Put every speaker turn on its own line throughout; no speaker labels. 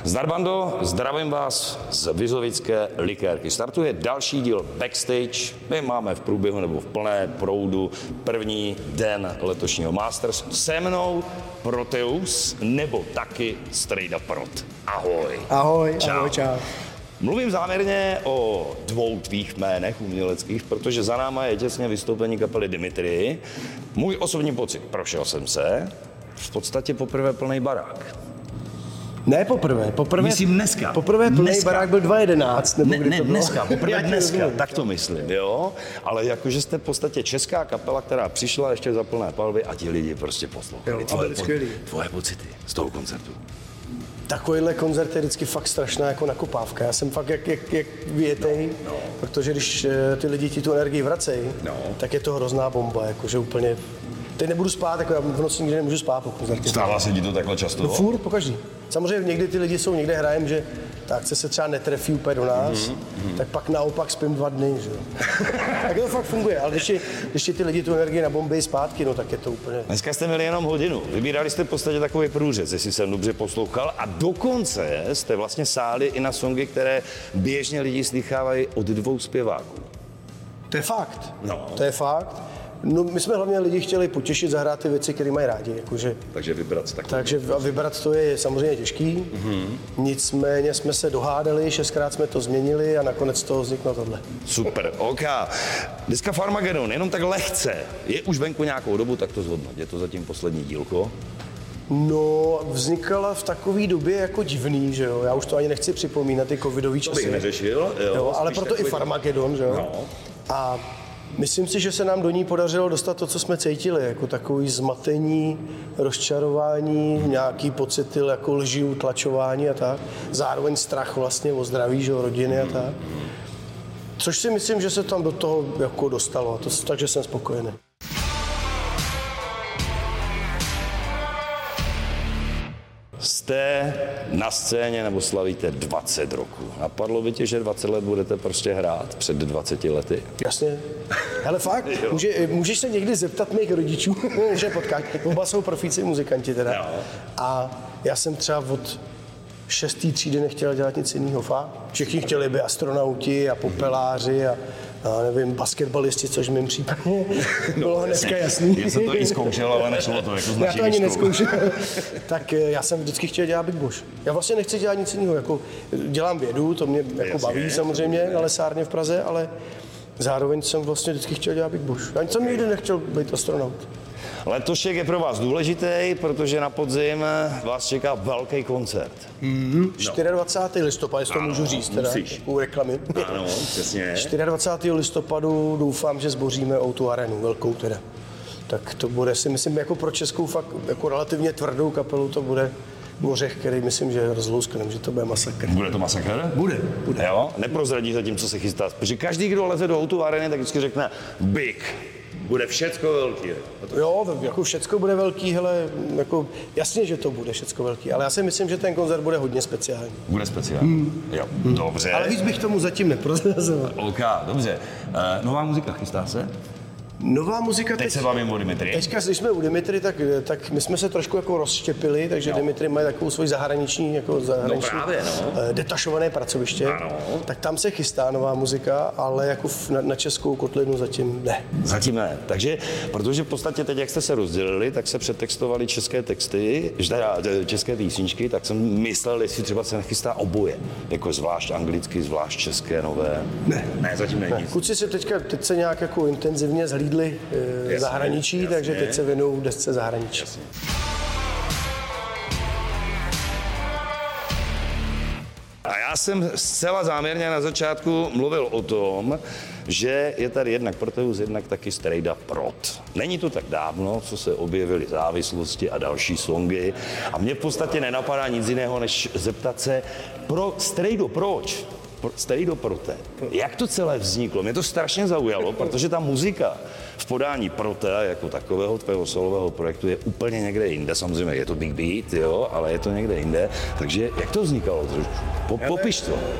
Zdar bando, zdravím vás z Vizovické likérky. Startuje další díl Backstage. My máme v průběhu nebo v plné proudu první den letošního Masters. Se mnou Proteus nebo taky Strejda Prot. Ahoj.
Ahoj,
čau.
Ahoj, čau.
Mluvím záměrně o dvou tvých jménech uměleckých, protože za náma je těsně vystoupení kapely Dimitri. Můj osobní pocit, prošel jsem se, v podstatě poprvé plný barák.
Ne poprvé.
Myslím dneska.
Poprvé plný barák byl 2011, nebo kdy to bylo?
Poprvé dneska, tak to myslím, jo. Ale jakože jste v podstatě česká kapela, která přišla ještě za plné palby a ti lidi prostě poslouchali. Tvoje pocity z toho koncertu.
Takovýhle koncert je vždycky fakt strašná jako nakopávka. Já jsem fakt jak větej, protože když ty lidi ti tu energii vracejí, tak je to hrozná bomba, jakože úplně. Teď nebudu spát, jako já v noci nikdy nemůžu spát po koncertě.
Stává se ti to takhle často?
No furt, pokaždý. Samozřejmě někdy ty lidi jsou někde hrajem, že ta akce se třeba netrefí úplně do nás, tak pak naopak spím 2 dny, že jo. Tak to fakt funguje, ale když ty lidi tu energii nabombejí zpátky, no tak je to úplně.
Dneska jste měli jenom hodinu, vybírali jste v podstatě takový průřez, jestli jsem dobře poslouchal, a dokonce jste vlastně sáli i na songy, které běžně lidi slychávají od 2 zpěváků.
To je fakt.
No.
To je fakt. No, my jsme hlavně lidi chtěli potěšit, zahrát ty věci, které mají rádi. Jakože,
takže vybrat tak.
Takže vybrat to je samozřejmě těžký. Nicméně jsme se dohádali, 6krát jsme to změnili a nakonec toho vzniklo tohle.
Super, OK. Deska Farmageddon, jenom tak lehce. Je už venku nějakou dobu, tak to zhodnoť. Je to zatím poslední dílko?
No, vznikala v takové době jako divný, že jo. Já už to ani nechci připomínat, ty covidový časy.
To bych neřešil, jo.
Ale proto i Farmageddon, že jo.
No.
A myslím si, že se nám do ní podařilo dostat to, co jsme cítili, jako takový zmatení, rozčarování, nějaký pocity jako lži, utlačování a tak. Zároveň strach vlastně o zdraví, že, o rodiny a tak. Což si myslím, že se tam do toho jako dostalo, takže jsem spokojený.
Jste na scéně nebo slavíte 20 roků. Napadlo by tě, že 20 let budete prostě hrát před 20 lety?
Jasně. Hele fakt, můžeš se někdy zeptat mých rodičů, že potkáš. Oba jsou profíci muzikanti teda.
Jo.
A já jsem třeba od 6. třídy nechtěl dělat nic jiného, fakt. Všichni chtěli by astronauti a popeláři a nevím, basketbalisti, což v mém případě bylo hnedka jasný.
Já jsem to i zkoušel, ale nešlo to jako z naší
Já to ani nezkoušel. Tak já jsem vždycky chtěl dělat Big Boss. Já vlastně nechci dělat nic jiného, jako dělám vědu, to mě jako baví samozřejmě na lesárně v Praze, ale zároveň jsem vlastně vždycky chtěl dělat Big Boss. Já jsem nikdy nechtěl být astronaut.
Letošek je pro vás důležitý, protože na podzim vás čeká velký koncert.
24. listopadu, jestli to můžu říct, teda, u reklamy.
Ano, přesně.
24. listopadu doufám, že zboříme O2 Arenu, velkou teda. Tak to bude, si myslím, jako pro českou fakt jako relativně tvrdou kapelu, to bude ořech, který myslím, že rozlousknem, že to bude masakr.
Bude to masakr?
Bude.
Jo, neprozradí zatím, co se chystá. Protože každý, kdo leze do O2 Areny, tak vždycky řekne big. Bude všecko velký.
Jo, jako všecko bude velký, hele, jako jasně, že to bude všecko velký, ale já si myslím, že ten koncert bude hodně speciální.
Bude speciální? Jo, dobře.
Ale víc bych tomu zatím neprozrazoval.
OK, dobře. Nová muzika chystá se?
Nová muzika
teď se bavím o Dimitri.
Teďka, když jsme u Dimitri, tak my jsme se trošku jako rozštěpili, takže Dimitri mají takovou svoji zahraniční detašované pracoviště.
Ano.
Tak tam se chystá nová muzika, ale jako na českou kotlinu zatím ne.
Zatím ne. Takže, protože v podstatě teď, jak jste se rozdělili, tak se přetextovali české texty, teda české písničky, tak jsem myslel, jestli třeba se nechystá oboje. Jako zvlášť anglicky, zvlášť české, nové. Ne, zatím není.
Kluci se teď se nějak jako intenzivně zhlídli zahraničí, takže teď se věnují desce zahraničí. Jasně.
A já jsem zcela záměrně na začátku mluvil o tom, že je tady jednak Proteus, jednak taky Strejda Prot. Není to tak dávno, co se objevily Závislosti a další songy a mně v podstatě nenapadá nic jiného, než zeptat se pro Strejdo, proč? Strejdo Prote. Jak to celé vzniklo? Mě to strašně zaujalo, protože ta muzika v podání Prote jako takového tvého solového projektu je úplně někde jinde. Samozřejmě je to big beat, jo, ale je to někde jinde. Takže jak to vznikalo trošku? Popiš to.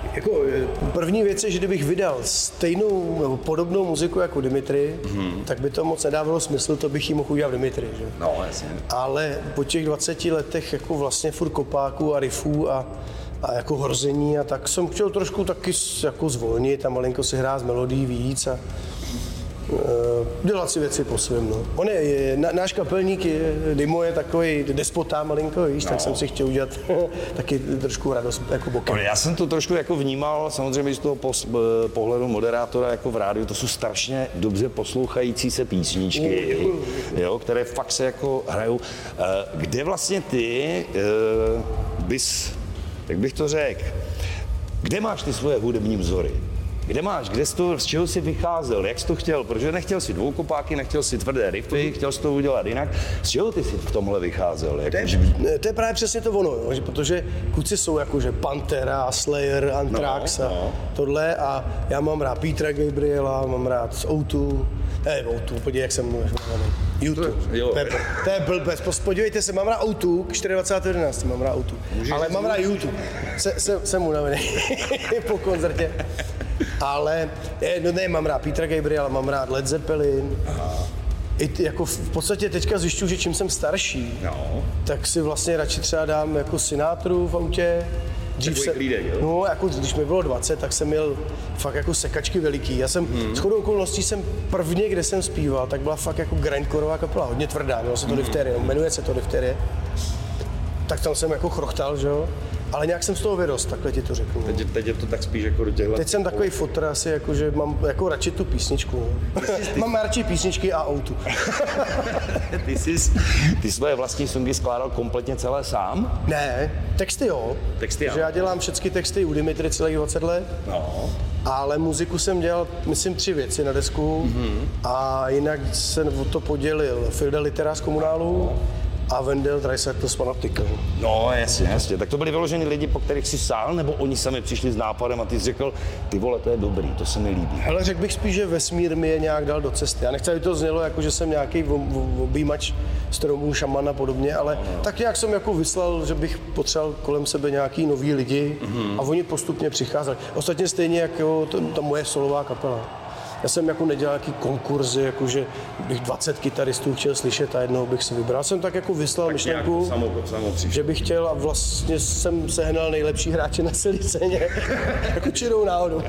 Jako první věc je, že kdybych vydal stejnou nebo podobnou muziku jako Dimitri, tak by to moc nedávalo smysl, to bych jí mohl udělat Dimitri, že?
No, jasně.
Ale po těch 20 letech jako vlastně furt kopáků a riffů a jako hrození a tak jsem chtěl trošku taky jako zvolnit a malinko si hrát z melodií víc a dělat si věci po svém, no. Náš kapelník Dimo je takový despotá malinko, víš, tak jsem si chtěl udělat taky trošku radost jako bokem.
Já jsem to trošku jako vnímal, samozřejmě z toho pohledu moderátora jako v rádiu, to jsou strašně dobře poslouchající se písničky, jo, které fakt se jako hrajou. Kde vlastně ty bys, jak bych to řekl, kde máš ty svoje hudební vzory? Z čeho jsi vycházel, jak jsi to chtěl, protože nechtěl si dvoukopáky, nechtěl si tvrdé riffy, chtěl jsi to udělat jinak. Z čeho ty jsi v tomhle vycházel?
To je právě přesně to ono, jo, že protože kluci jsou jakože Pantera, Slayer, Anthrax a tohle a já mám rád Petra Gabriela, mám rád O2, podívej, jak jsem mluvil. YouTube. To je blbec. Podívejte se, mám rád O2, k 24.11. mám rád O2. Ale mám rád YouTube. Jsem unavený po koncertě. Ale mám rád Petra Gabriela, mám rád Led Zeppelin. Jako v podstatě teďka zjišťuju, že čím jsem starší, tak si vlastně radši třeba dám jako Sinatru v autě. Jako když mi bylo 20, tak jsem měl fakt jako sekačky veliký. Já jsem shodou okolností prvně, kde jsem zpíval, tak byla fakt jako grindcoreová kapela, hodně tvrdá, mělo se to Difterie, jmenuje se to Difterie. Tak tam jsem jako chrochtal, že jo? Ale nějak jsem z toho vyrost, takhle ti to řeknu.
Teď je to tak spíš jako do těchto...
Teď jsem takový fotr asi, jako, že mám jako radši tu písničku. Mám radši písničky a autu.
Ty své vlastní songy skládal kompletně celé sám?
Ne, texty jo. Že já dělám všechny texty u Dimitry celých 20 let. Ale muziku jsem dělal, myslím, 3 věci na desku. A jinak se o to podělil Filda Litera z Komunálu. A Vendel Dreisaitl z Fanatika.
No, jasně. Tak to byli vyloženi lidi, po kterých si sál, nebo oni sami přišli s nápadem a ty jsi řekl, ty vole, to je dobrý, to se mi líbí.
Hele, řekl bych spíš, že vesmír mi je nějak dal do cesty. Já nechci, aby to znělo jako, že jsem nějaký objímač stromů, šaman a podobně, ale tak nějak jsem jako vyslal, že bych potřeboval kolem sebe nějaký nový lidi a oni postupně přicházeli. Ostatně stejně jako ta moje solová kapela. Já jsem jako nedělal nějaký konkurzy, jakože bych 20 kytaristů chtěl slyšet a jednoho bych si vybral. Jsem tak jako vyslal myšlenku, že bych chtěl a vlastně jsem sehnal nejlepší hráče na celé scéně. Jako čirou náhodou.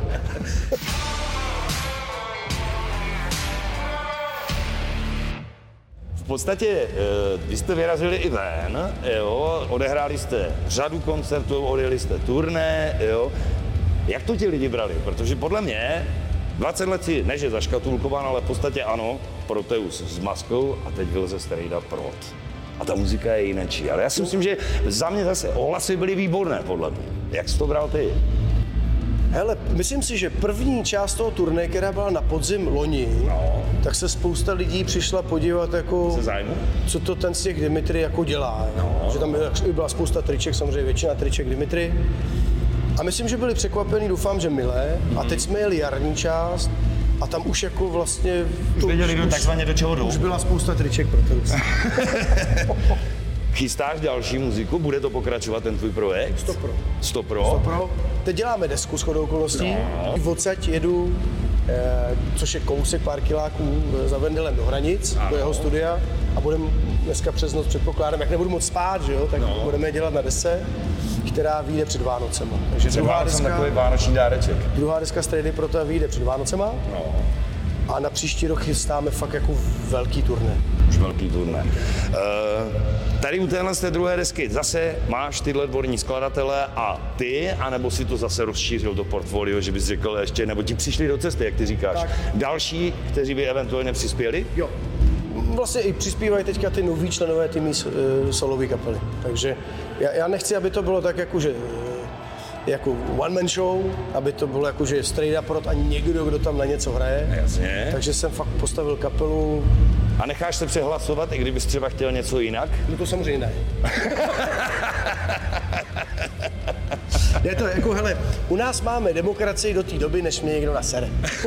V podstatě, vy jste vyrazili i ven, jo, odehráli jste řadu koncertů, odjeli jste turné, jo. Jak to ti lidi brali? Protože podle mě 20 let si než je zaškatulkován, ale v podstatě ano, Proteus s maskou a teď vyleze strejda Prot. A ta muzika je jinečí. Ale já si myslím, že za mě zase ohlasy byly výborné, podle mě. Jak jsi to bral ty?
Hele, myslím si, že první část toho turné, která byla na podzim loni, tak se spousta lidí přišla podívat, jako, co to ten z těch Dimitri jako dělá. Že tam byla spousta triček, samozřejmě většina triček Dimitri. A myslím, že byli překvapení, doufám, že milé. A teď jsme jeli jarní část a tam už jako vlastně...
Už věděli takzvaně do čeho jdou.
Už byla spousta triček pro to.
Chystáš další muziku? Bude to pokračovat ten tvůj projekt? 100%.
Teď děláme desku shodou okolností. Odsaď jedu, což je kousek pár kiláků za Vendelem do Hranic, do jeho studia. A budeme dneska přes noc, předpokládám, jak nebudu moc spát, že jo, tak budeme dělat na desce, která vyjde před Vánocema. Takže
druhá deska, takový vánoční dáreček.
Druhá deska Strejdy Prota vyjde před Vánocema. A na příští rok chystáme fakt jako velký turné.
Už velký turné. Tady u téhle z té druhé desky zase máš tyhle dvorní skladatele a ty, anebo si to zase rozšířil do portfolio, že bys řekl ještě, nebo ti přišli do cesty, jak ty říkáš. Tak. Další, kteří by eventuálně přispěli?
Jo. Vlastně i přispívají teďka ty noví členové ty mý solové kapely. Takže já nechci, aby to bylo tak jako one-man show, aby to bylo jako, že strejda Prot a někdo, kdo tam na něco hraje.
Jasně.
Takže jsem fakt postavil kapelu.
A necháš se přehlasovat, i kdybys třeba chtěl něco jinak?
No to samozřejmě ne. Je to jako, hele, u nás máme demokracii do té doby, než mě někdo nasere.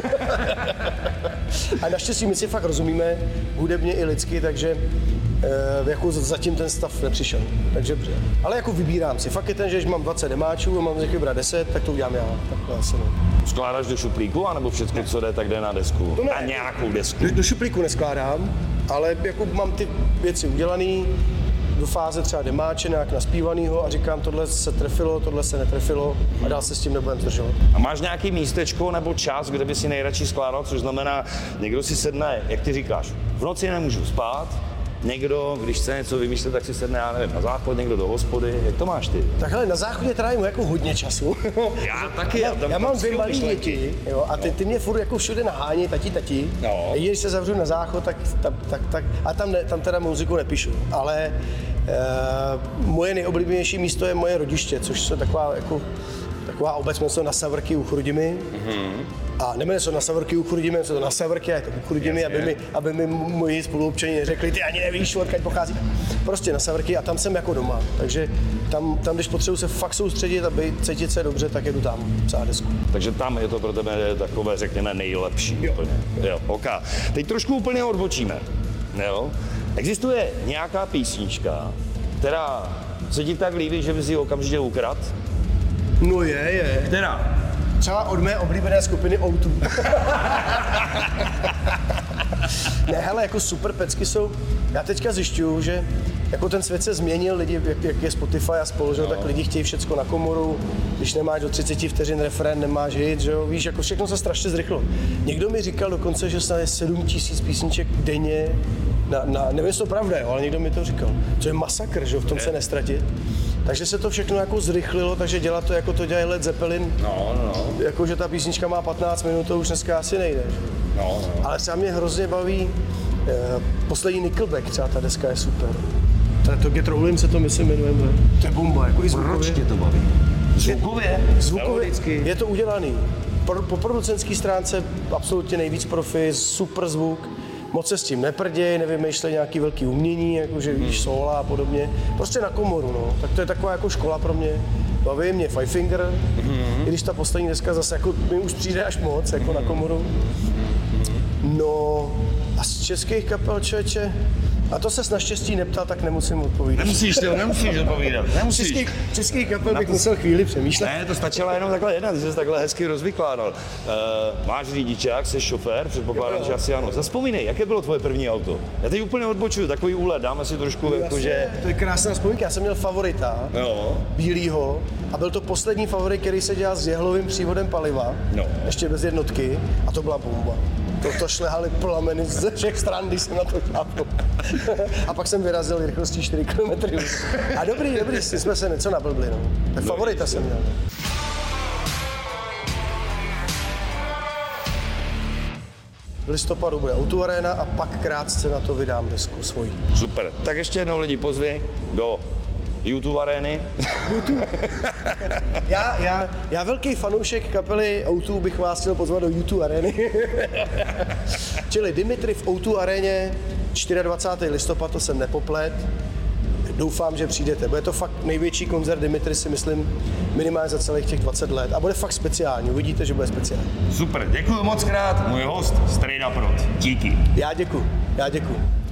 A naštěstí my si fakt rozumíme, hudebně i lidsky, takže jako zatím ten stav nepřišel. Takže, ale jako vybírám si. Fakt je ten, že když mám 20 demáčů a mám z nich vybrat 10, tak to udělám já. Takhle asi no.
Skládáš do šuplíku, anebo všechno, co jde, tak jde na desku?
No ne,
na nějakou desku?
Do šuplíku neskládám, ale jako mám ty věci udělané, do fáze třeba demáče nějak naspívanýho a říkám, tohle se trefilo, tohle se netrefilo a dál se s tím nebudem zdržovat.
A máš nějaký místečko nebo čas, kde by si nejradši skládal, což znamená, někdo si sedne, jak ty říkáš, v noci nemůžu spát, někdo, když chce něco vymýšlet, tak si sedne, já nevím, na záchod, někdo do hospody. Jak to máš ty?
Tak hele, na záchodě trávím jako hodně času.
Já taky.
Já mám 2 malé děti, jo, a ty mě furt jako všude nahání, tati.
No.
Když se zavřu na záchod, tak a tam teda muziku nepíšu. Ale moje nejoblíbenější místo je moje rodiště, což je taková obec moc na Savrky u Chrudimi. A neměli se na Savrky u Chrudimi, se to na Savrky a je to u Chrudimi, aby mi moji spoluobčani neřekli, ty ani nevíš, odkud pochází. Prostě na Savrky a tam jsem jako doma. Takže tam když potřebuji se fakt soustředit, aby cítit se dobře, tak jedu tam, psát desku.
Takže tam je to pro tebe takové, řekněme, nejlepší.
Jo.
Úplně. Jo, ok. Teď trošku úplně odbočíme. Jo? Existuje nějaká písnička, která se ti tak líbí, že bys ji okamžitě ukradl?
No je.
Která?
Třeba od mé oblíbené skupiny O2. Ne, hele, jako super pecky jsou. Já teďka zjišťuju, že jako ten svět se změnil, lidi, jak je Spotify a spolu, že, tak lidi chtějí všecko na komoru, když nemáš do 30 vteřin refrén, nemáš hit, že jo, víš, jako všechno se strašně zrychlo. Někdo mi říkal dokonce, že snad je 7 000 písniček denně, nevím, jestli to pravda, jo, ale někdo mi to říkal, co je masakr, že jo, v tom se nestratit. Takže se to všechno jako zrychlilo, takže dělat to, jako to dělají Led Zeppelin.
No.
Jako, že ta písnička má 15 minut, to už dneska asi nejde. Že?
No.
Ale třeba mě hrozně baví poslední Nickelback, třeba ta deska je super. To Get Rollin se to myslím jmenuje. To je bomba, jako i zvukově.
Proč tě to baví? Zvukově
je to udělaný. Po producentské stránce absolutně nejvíc profi, super zvuk. Moc se s tím neprděj, nevymýšlej nějaký velký umění, jakože víš, sóla a podobně. Prostě na komoru, no. Tak to je taková jako škola pro mě. Baví mě Five Finger, i když ta poslední deska zase jako mi už přijde až moc, jako na komoru. No a z českých kapel, člověče, a to ses naštěstí neptal, tak nemusím odpovídat.
Nemusíš odpovídat.
Českých kapel bych musel chvíli přemýšlet.
Ne, to stačilo jenom takhle jedna, ty jsi takhle hezky rozvykládal. Máš řidičák, jsi šofér, předpokládám, že asi ano. Zavzpomínej, jaké bylo tvoje první auto? Já teď úplně odbočuju, takový úlet, dáme si trošku, jakože...
To je krásná vzpomínka, já jsem měl favorita, bílýho, a byl to poslední favorit, který se dělal s jehlovým přívodem paliva, ještě bez jednotky, a to byla bomba. To šlehaly plameny ze všech stran, když jsem na to šlápnul. A pak jsem vyrazil rychlostí 4 km. A dobrý, jsme se něco nablbli, no. Tak favorita jsem měl. V listopadu bude O2 Arena a pak krátce na to vydám desku svoji.
Super. Tak ještě jednou lidi pozvi do YouTube Areny.
Já velký fanoušek kapely O2 bych vás chtěl pozvat do YouTube Areny. Čili Dimitri v O2 Aréně 24. listopad, to jsem nepoplet. Doufám, že přijdete. Bude to fakt největší koncert Dimitri, si myslím, minimálně za celých těch 20 let. A bude fakt speciální. Uvidíte, že bude speciální.
Super, děkuji moc krát. Můj host Strejda Prot. Díky.
Já děkuji.